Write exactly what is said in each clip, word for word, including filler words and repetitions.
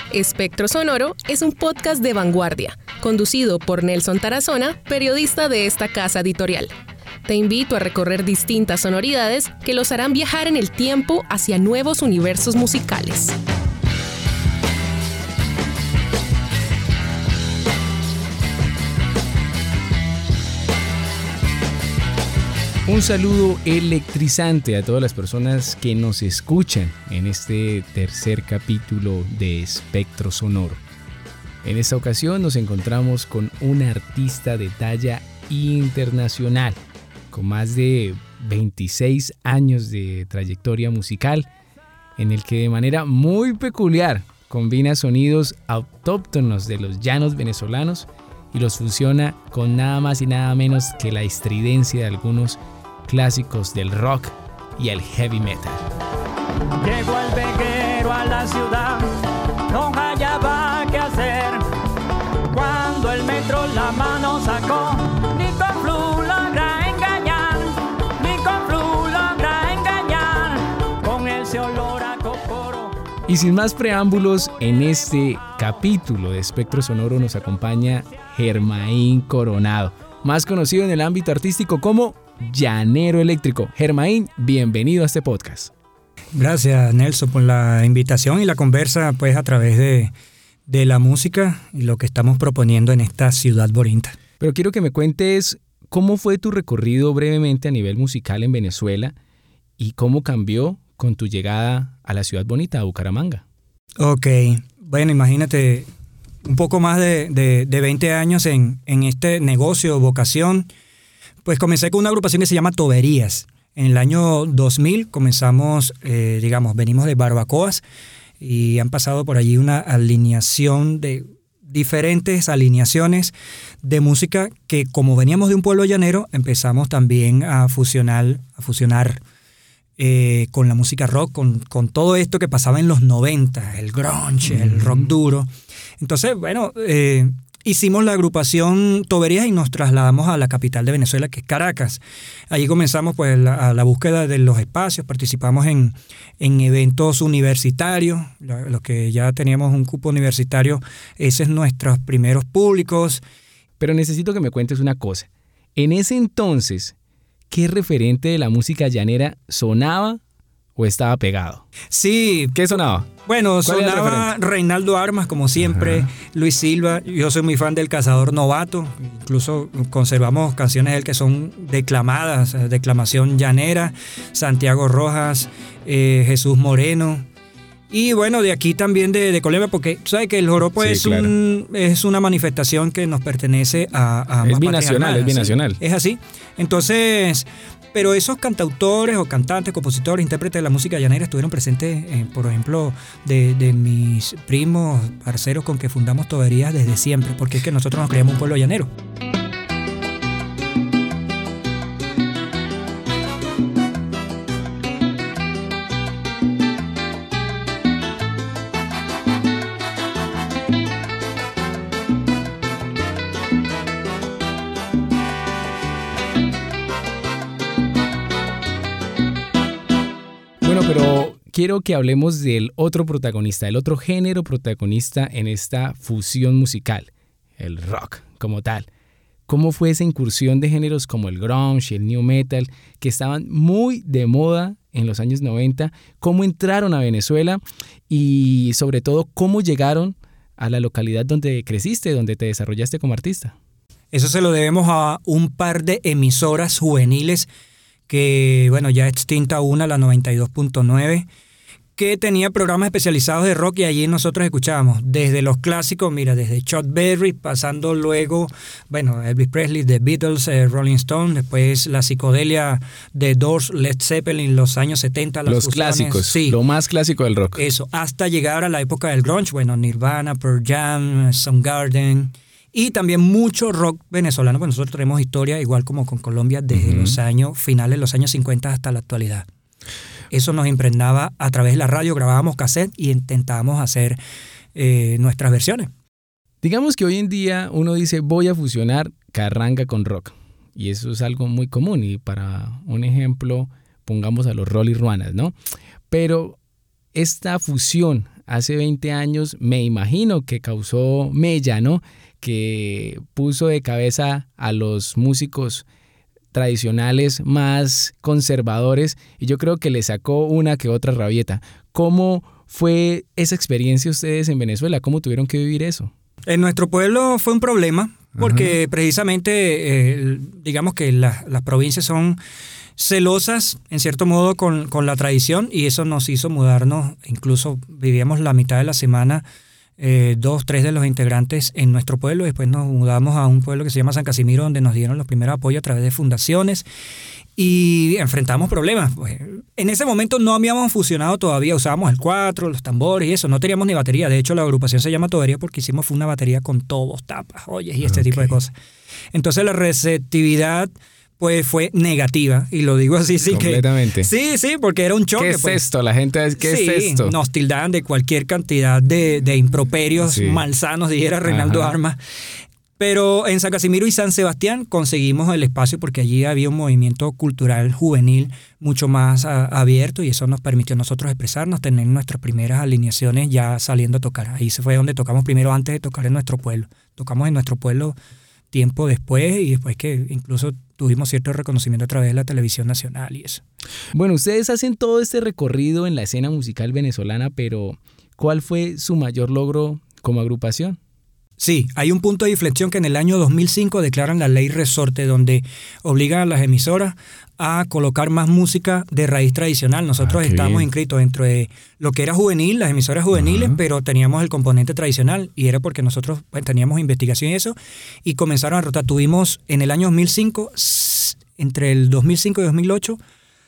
Espectro Sonoro es un podcast de vanguardia, conducido por Nelson Tarazona, periodista de esta casa editorial. Te invito a recorrer distintas sonoridades que los harán viajar en el tiempo hacia nuevos universos musicales. Un saludo electrizante a todas las personas que nos escuchan en este tercer capítulo de Espectro Sonoro. En esta ocasión nos encontramos con un artista de talla internacional, con más de veintiséis años de trayectoria musical, en el que de manera muy peculiar combina sonidos autóctonos de los llanos venezolanos y los fusiona con nada más y nada menos que la estridencia de algunos clásicos del rock y el heavy metal. Llegó el veguero a la ciudad, no hallaba qué hacer. Cuando el metro la mano sacó, ni con flu logra engañar, ni con flu logra engañar, con ese olor a cocoro. Y sin más preámbulos, en este capítulo de Espectro Sonoro nos acompaña Germain Coronado, más conocido en el ámbito artístico como Llanero Eléctrico. Germain, bienvenido a este podcast. Gracias, Nelson, por la invitación y la conversa pues a través de, de la música y lo que estamos proponiendo en esta ciudad bonita. Pero quiero que me cuentes cómo fue tu recorrido brevemente a nivel musical en Venezuela y cómo cambió con tu llegada a la ciudad bonita, a Bucaramanga. Ok, bueno, imagínate un poco más de, de, de veinte años en, en este negocio, vocación. Pues comencé con una agrupación que se llama Toberías. En el año dos mil comenzamos, eh, digamos, venimos de Barbacoas y han pasado por allí una alineación de diferentes alineaciones de música que, como veníamos de un pueblo llanero, empezamos también a fusionar, a fusionar eh, con la música rock, con, con todo esto que pasaba en los noventa, el grunge, mm. el rock duro. Entonces, bueno, eh, hicimos la agrupación Toberías y nos trasladamos a la capital de Venezuela, que es Caracas. Allí comenzamos pues la, la búsqueda de los espacios, participamos en, en eventos universitarios, los que ya teníamos un cupo universitario, esos son nuestros primeros públicos. Pero necesito que me cuentes una cosa. En ese entonces, ¿qué referente de la música llanera sonaba o estaba pegado? Sí. ¿Qué sonaba? Bueno, sonaba Reinaldo Armas, como siempre, ajá. Luis Silva. Yo soy muy fan del Cazador Novato. Incluso conservamos canciones de él que son declamadas, declamación llanera. Santiago Rojas, eh, Jesús Moreno. Y bueno, de aquí también de, de Colombia, porque tú sabes que el joropo sí, es, claro. un, es una manifestación que nos pertenece a... a es binacional, es binacional. ¿Sí? Es así. Entonces... Pero esos cantautores o cantantes, compositores, intérpretes de la música llanera estuvieron presentes, eh, por ejemplo, de, de mis primos, parceros con que fundamos Toberías desde siempre, porque es que nosotros nos creamos un pueblo llanero. Pero quiero que hablemos del otro protagonista, el otro género protagonista en esta fusión musical, el rock como tal. ¿Cómo fue esa incursión de géneros como el grunge y el new metal, que estaban muy de moda en los años noventa? ¿Cómo entraron a Venezuela? Y sobre todo, ¿cómo llegaron a la localidad donde creciste, donde te desarrollaste como artista? Eso se lo debemos a un par de emisoras juveniles que, bueno, ya extinta una, la noventa y dos punto nueve, que tenía programas especializados de rock y allí nosotros escuchábamos desde los clásicos, mira, desde Chuck Berry, pasando luego, bueno, Elvis Presley, The Beatles, eh, Rolling Stone, después la psicodelia de Doors, Led Zeppelin, los años setenta, las los fusiones, clásicos, sí, lo más clásico del rock. Eso, hasta llegar a la época del grunge, bueno, Nirvana, Pearl Jam, Soundgarden. Y también mucho rock venezolano, pues nosotros tenemos historia, igual como con Colombia, desde uh-huh. los años finales, los años cincuenta hasta la actualidad. Eso nos impregnaba a través de la radio, grabábamos cassette y intentábamos hacer eh, nuestras versiones. Digamos que hoy en día uno dice voy a fusionar carranga con rock. Y eso es algo muy común. Y para un ejemplo, pongamos a los Rolly Ruanas, ¿no? Pero esta fusión hace veinte años, me imagino que causó mella, ¿no? Que puso de cabeza a los músicos tradicionales más conservadores y yo creo que le sacó una que otra rabieta. ¿Cómo fue esa experiencia ustedes en Venezuela? ¿Cómo tuvieron que vivir eso? En nuestro pueblo fue un problema porque Ajá. precisamente eh, digamos que la, las provincias son celosas en cierto modo con, con la tradición y eso nos hizo mudarnos, incluso vivíamos la mitad de la semana Eh, dos, tres de los integrantes en nuestro pueblo. Después nos mudamos a un pueblo que se llama San Casimiro, donde nos dieron los primeros apoyos a través de fundaciones y enfrentamos problemas. Pues, en ese momento no habíamos fusionado todavía, usábamos el cuatro, los tambores y eso, no teníamos ni batería. De hecho, la agrupación se llama Tobería porque hicimos fue una batería con tobos, tapas, ollas y este okay. tipo de cosas. Entonces la receptividad pues fue negativa, y lo digo así, sí completamente. Que... Sí, sí, porque era un choque. ¿Qué es pues. esto? La gente, ¿qué sí, es esto? Nos tildaban de cualquier cantidad de, de improperios sí. malsanos, dijera Reinaldo Ajá. Armas. Pero en San Casimiro y San Sebastián conseguimos el espacio porque allí había un movimiento cultural juvenil mucho más a, abierto y eso nos permitió a nosotros expresarnos, tener nuestras primeras alineaciones ya saliendo a tocar. Ahí se fue donde tocamos primero antes de tocar en nuestro pueblo. Tocamos en nuestro pueblo tiempo después y después que incluso tuvimos cierto reconocimiento a través de la televisión nacional y eso. Bueno, ustedes hacen todo este recorrido en la escena musical venezolana, pero ¿cuál fue su mayor logro como agrupación? Sí, hay un punto de inflexión que en el año dos mil cinco declaran la ley resorte, donde obligan a las emisoras a colocar más música de raíz tradicional. Nosotros ah, estábamos bien. inscritos dentro de lo que era juvenil, las emisoras juveniles, uh-huh. pero teníamos el componente tradicional y era porque nosotros pues, teníamos investigación y eso, y comenzaron a rotar. Tuvimos en el año dos mil cinco, entre el dos mil cinco y dos mil ocho,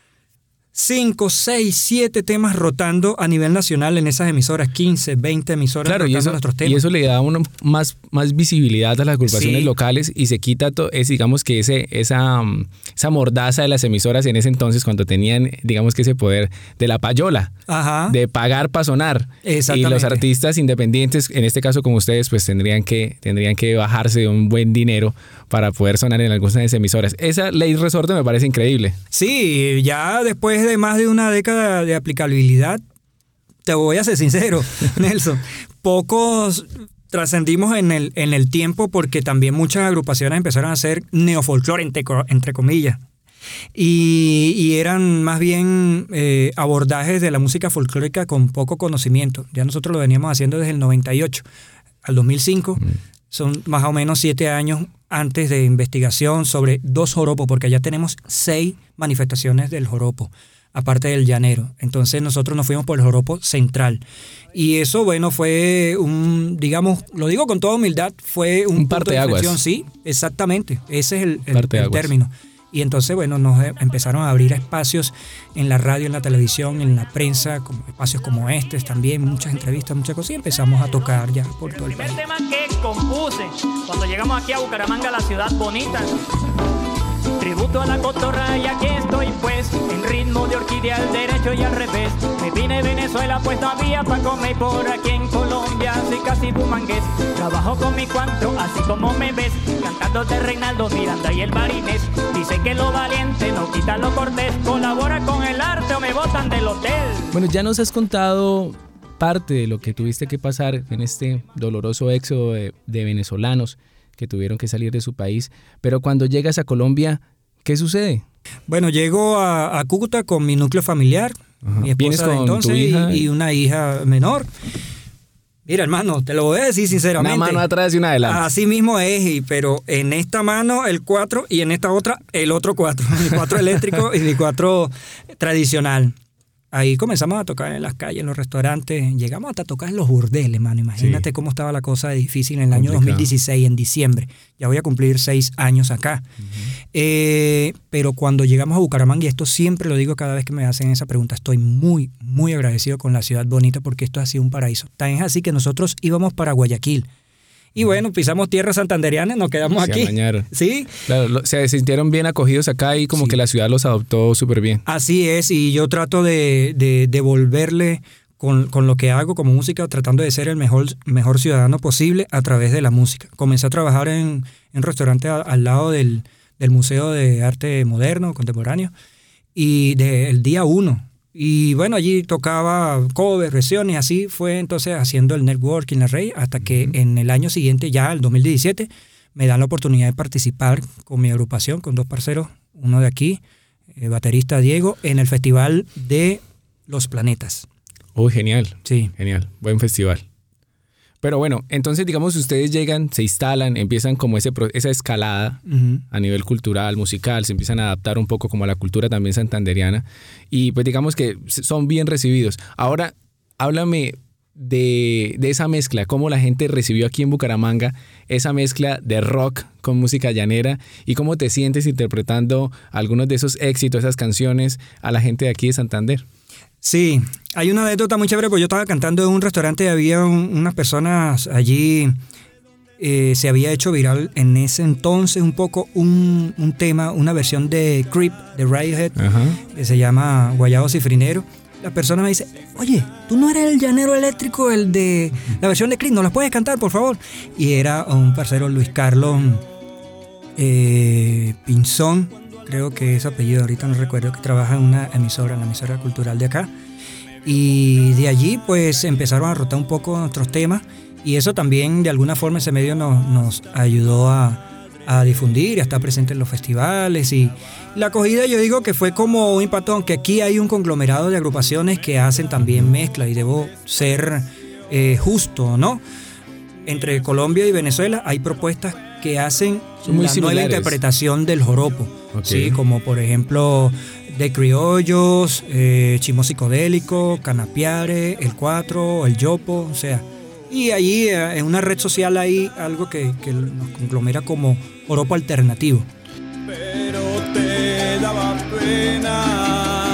cinco, seis, siete temas rotando a nivel nacional en esas emisoras, quince, veinte emisoras claro, rotando y eso, nuestros temas. Y eso le da una más, más visibilidad a las agrupaciones sí. locales y se quita, to, es, digamos que ese, esa, esa mordaza de las emisoras en ese entonces cuando tenían, digamos que ese poder de la payola, Ajá. de pagar para sonar. Y los artistas independientes, en este caso como ustedes, pues tendrían que, tendrían que bajarse de un buen dinero para poder sonar en algunas de esas emisoras. Esa ley resorte me parece increíble. Sí, ya después de más de una década de aplicabilidad, te voy a ser sincero, Nelson, pocos trascendimos en el, en el tiempo porque también muchas agrupaciones empezaron a hacer neofolclore, entre, entre comillas, y, y eran más bien eh, abordajes de la música folclórica con poco conocimiento. Ya nosotros lo veníamos haciendo desde el noventa y ocho al dos mil cinco, mm. son más o menos siete años antes de investigación sobre dos joropos, porque allá tenemos seis manifestaciones del joropo, aparte del llanero. Entonces nosotros nos fuimos por el joropo central. Y eso, bueno, fue un, digamos, lo digo con toda humildad, fue un, un punto de inflexión. Sí, exactamente, ese es el, el, el término. Y entonces, bueno, nos empezaron a abrir espacios en la radio, en la televisión, en la prensa, como espacios como este también, muchas entrevistas, muchas cosas, y empezamos a tocar ya por todo el país. El primer tema que compuse cuando llegamos aquí a Bucaramanga, la ciudad bonita, tributo a la cotorra y aquí estoy pues, en ritmo de orquídea al derecho y al revés. Me vine de Venezuela pues no había pa' comer, por aquí en Colombia soy casi bumangués. Trabajo con mi cuatro, así como me ves, cantando de Reinaldo Miranda y el Barinés. Dice que lo valiente no quita lo cortés, colabora con el arte o me botan del hotel. Bueno, ya nos has contado parte de lo que tuviste que pasar en este doloroso éxodo de, de venezolanos que tuvieron que salir de su país, pero cuando llegas a Colombia, ¿qué sucede? Bueno, llego a, a Cúcuta con mi núcleo familiar, Ajá. mi esposa de entonces tu hija? Y, y una hija menor. Mira, hermano, te lo voy a decir sinceramente. Una mano atrás y una adelante. Así mismo es, pero en esta mano el cuatro y en esta otra el otro cuatro. Mi cuatro eléctrico y mi cuatro tradicional. Ahí comenzamos a tocar en las calles, en los restaurantes. Llegamos hasta a tocar en los burdeles, mano. Imagínate sí. cómo estaba la cosa de difícil en el año Complicado. dos mil dieciséis, en diciembre. Ya voy a cumplir seis años acá. Uh-huh. Eh, pero cuando llegamos a Bucaramanga, y esto siempre lo digo cada vez que me hacen esa pregunta, estoy muy, muy agradecido con la ciudad bonita porque esto ha sido un paraíso. Tan es así que nosotros íbamos para Guayaquil. Y bueno, pisamos tierra santandereana, nos quedamos se aquí. Amañaron. Sí. Claro, lo, se sintieron bien acogidos acá y como sí. que la ciudad los adoptó súper bien. Así es, y yo trato de, de devolverle con, con lo que hago como música, tratando de ser el mejor, mejor ciudadano posible a través de la música. Comencé a trabajar en, en un restaurante a, al lado del, del Museo de Arte Moderno, Contemporáneo, y del día uno. Y bueno, allí tocaba covers, versiones, así fue entonces haciendo el networking, la red, hasta que uh-huh. en el año siguiente, ya el dos mil diecisiete, me dan la oportunidad de participar con mi agrupación, con dos parceros, uno de aquí, el baterista Diego, en el Festival de los Planetas. Oh, genial. Sí. Genial, buen festival. Pero bueno, entonces digamos ustedes llegan, se instalan, empiezan como ese, esa escalada uh-huh. a nivel cultural, musical, se empiezan a adaptar un poco como a la cultura también santanderiana y pues digamos que son bien recibidos. Ahora, háblame de, de esa mezcla, cómo la gente recibió aquí en Bucaramanga esa mezcla de rock con música llanera y cómo te sientes interpretando algunos de esos éxitos, esas canciones a la gente de aquí de Santander. Sí, hay una anécdota muy chévere, porque yo estaba cantando en un restaurante y había un, unas personas allí, eh, se había hecho viral en ese entonces un poco un, un tema, una versión de Creep, de Radiohead, uh-huh. que se llama Guayabo Cifrinero. La persona me dice, oye, ¿tú no eres el llanero eléctrico, el de la versión de Creep? ¿No la puedes cantar, por favor? Y era un parcero, Luis Carlos eh, Pinzón, creo que es apellido, ahorita no recuerdo, que trabaja en una emisora, en la emisora cultural de acá. Y de allí pues empezaron a rotar un poco nuestros temas y eso también de alguna forma ese medio nos, nos ayudó a, a difundir, a estar presente en los festivales. Y la acogida, yo digo que fue como un impacto, aunque aquí hay un conglomerado de agrupaciones que hacen también mezcla y debo ser eh, justo, ¿no? Entre Colombia y Venezuela hay propuestas que hacen la nueva interpretación del joropo, okay. ¿sí? Como por ejemplo de criollos, eh, chimo psicodélico, canapiare, el cuatro, el yopo, o sea, y allí eh, en una red social hay algo que, que nos conglomera como joropo alternativo. Pero te daba pena.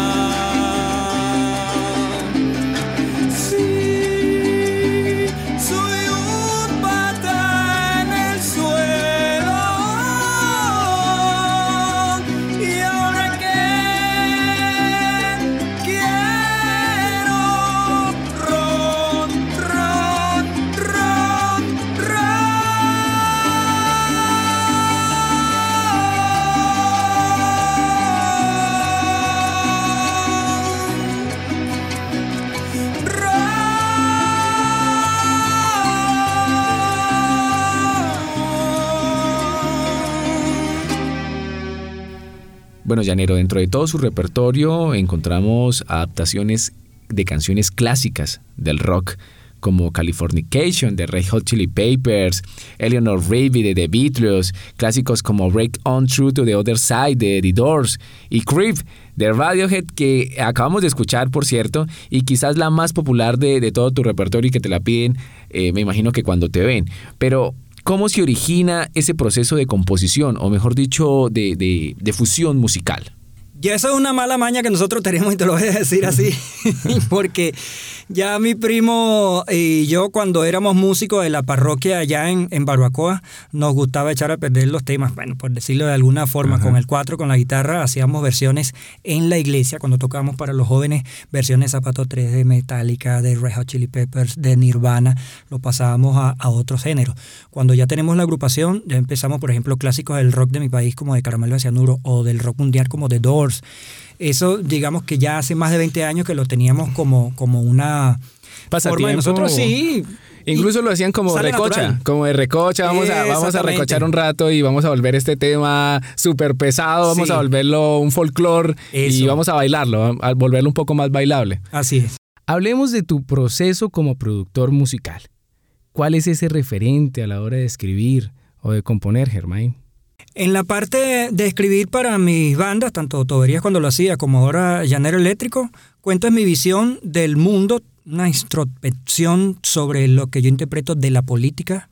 Bueno, llanero, dentro de todo su repertorio encontramos adaptaciones de canciones clásicas del rock, como Californication de Red Hot Chili Peppers, Eleanor Rigby de The Beatles, clásicos como Break On Through to the Other Side de The Doors y Creep de Radiohead, que acabamos de escuchar, por cierto, y quizás la más popular de, de todo tu repertorio y que te la piden, eh, me imagino que cuando te ven. Pero ¿cómo se origina ese proceso de composición, o mejor dicho, de, de, de fusión musical? Ya eso es una mala maña que nosotros tenemos, y te lo voy a decir así, porque ya mi primo y yo, cuando éramos músicos de la parroquia allá en, en Barbacoa, nos gustaba echar a perder los temas, bueno, por decirlo de alguna forma. Ajá. Con el cuatro, con la guitarra, hacíamos versiones en la iglesia, cuando tocábamos para los jóvenes, versiones de Zapato tres, de Metallica, de Red Hot Chili Peppers, de Nirvana, lo pasábamos a, a otros géneros. Cuando ya tenemos la agrupación, ya empezamos, por ejemplo, clásicos del rock de mi país, como de Caramelo de Cianuro, o del rock mundial, como The Doors. Eso, digamos que ya hace más de veinte años que lo teníamos como, como una forma de nosotros, sí. Incluso lo hacían como recocha, natural. como de recocha, vamos a, vamos a recochar un rato y vamos a volver este tema súper pesado, vamos sí. a volverlo un folclore y vamos a bailarlo, a volverlo un poco más bailable. Así es. Hablemos de tu proceso como productor musical. ¿Cuál es ese referente a la hora de escribir o de componer, Germain? En la parte de escribir para mis bandas, tanto Toberías cuando lo hacía como ahora Llanero Eléctrico, cuento mi visión del mundo, una introspección sobre lo que yo interpreto de la política,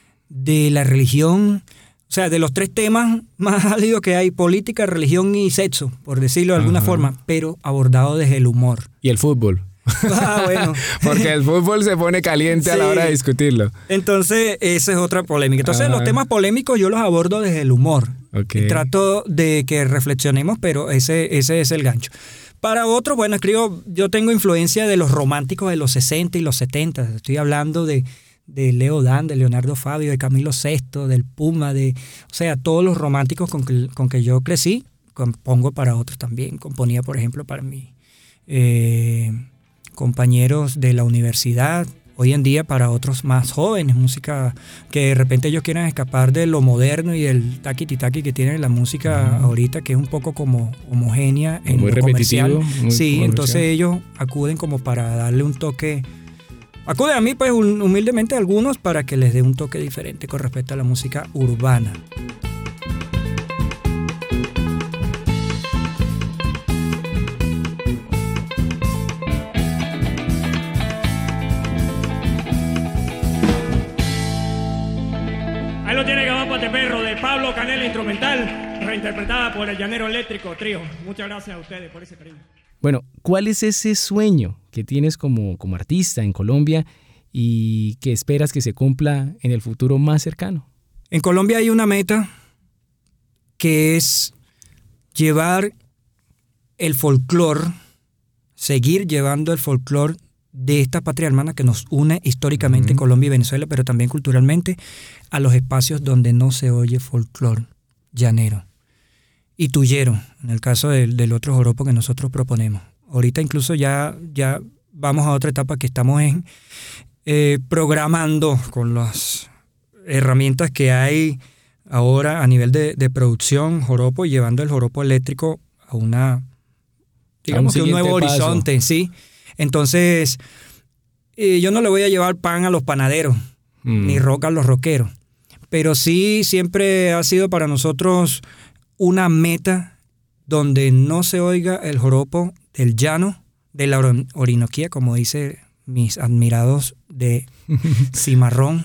de la religión, o sea, de los tres temas más álidos que hay: política, religión y sexo, por decirlo de alguna Ajá. forma, pero abordado desde el humor. ¿Y el fútbol? Ah, bueno. Porque el fútbol se pone caliente sí. a la hora de discutirlo. Entonces, esa es otra polémica. Entonces, Ajá. los temas polémicos yo los abordo desde el humor. Okay. Y trato de que reflexionemos, pero ese, ese es el gancho. Para otro, bueno, escribo, yo tengo influencia de los románticos de los sesenta y los setenta. Estoy hablando de, de Leo Dan, de Leonardo Fabio, de Camilo Sesto, del Puma, de, o sea, todos los románticos con que, con que yo crecí, compongo para otros también. Componía, por ejemplo, para mi eh, compañeros de la universidad, hoy en día para otros más jóvenes, música que de repente ellos quieran escapar de lo moderno y del taqui-taqui que tiene la música uh-huh. ahorita, que es un poco como homogénea en muy lo comercial. Muy sí, comercial. Entonces ellos acuden como para darle un toque. Acuden a mí, pues humildemente algunos, para que les dé un toque diferente con respecto a la música urbana. Ahí lo tiene Gabapa de Perro, de Pablo Canela instrumental, reinterpretada por el Llanero Eléctrico Trío. Muchas gracias a ustedes por ese cariño. Bueno, ¿cuál es ese sueño que tienes como, como artista en Colombia y que esperas que se cumpla en el futuro más cercano? En Colombia hay una meta que es llevar el folclore, seguir llevando el folclore de esta patria hermana que nos une históricamente uh-huh. Colombia y Venezuela, pero también culturalmente, a los espacios donde no se oye folclore llanero y tuyero, en el caso del, del otro joropo que nosotros proponemos. Ahorita incluso ya, ya vamos a otra etapa que estamos en, eh, programando con las herramientas que hay ahora a nivel de, de producción joropo y llevando el joropo eléctrico a una, digamos que un nuevo paso. Horizonte, ¿sí? Entonces, eh, yo no le voy a llevar pan a los panaderos, mm. ni roca a los rockeros, pero sí siempre ha sido para nosotros una meta donde no se oiga el joropo del llano, de la Orinoquía, como dice mis admirados de Cimarrón,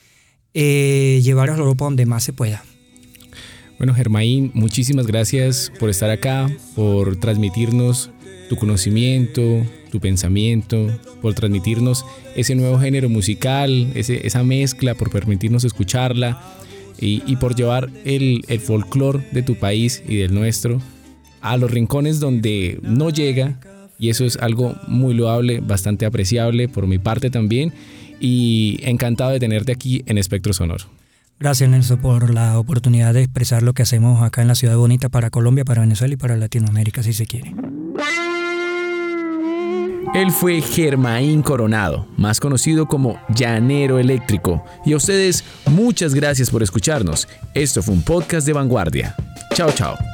eh, llevar el joropo donde más se pueda. Bueno, Germain, muchísimas gracias por estar acá, por transmitirnos tu conocimiento, tu pensamiento, por transmitirnos ese nuevo género musical, ese, esa mezcla, por permitirnos escucharla y, y por llevar el, el folclore de tu país y del nuestro a los rincones donde no llega, y eso es algo muy loable, bastante apreciable por mi parte también, y encantado de tenerte aquí en Espectro Sonoro. Gracias, Nelson, por la oportunidad de expresar lo que hacemos acá en la Ciudad Bonita para Colombia, para Venezuela y para Latinoamérica, si se quiere. Él fue Germain Coronado, más conocido como Llanero Eléctrico. Y a ustedes, muchas gracias por escucharnos. Esto fue un podcast de Vanguardia. Chao, chao.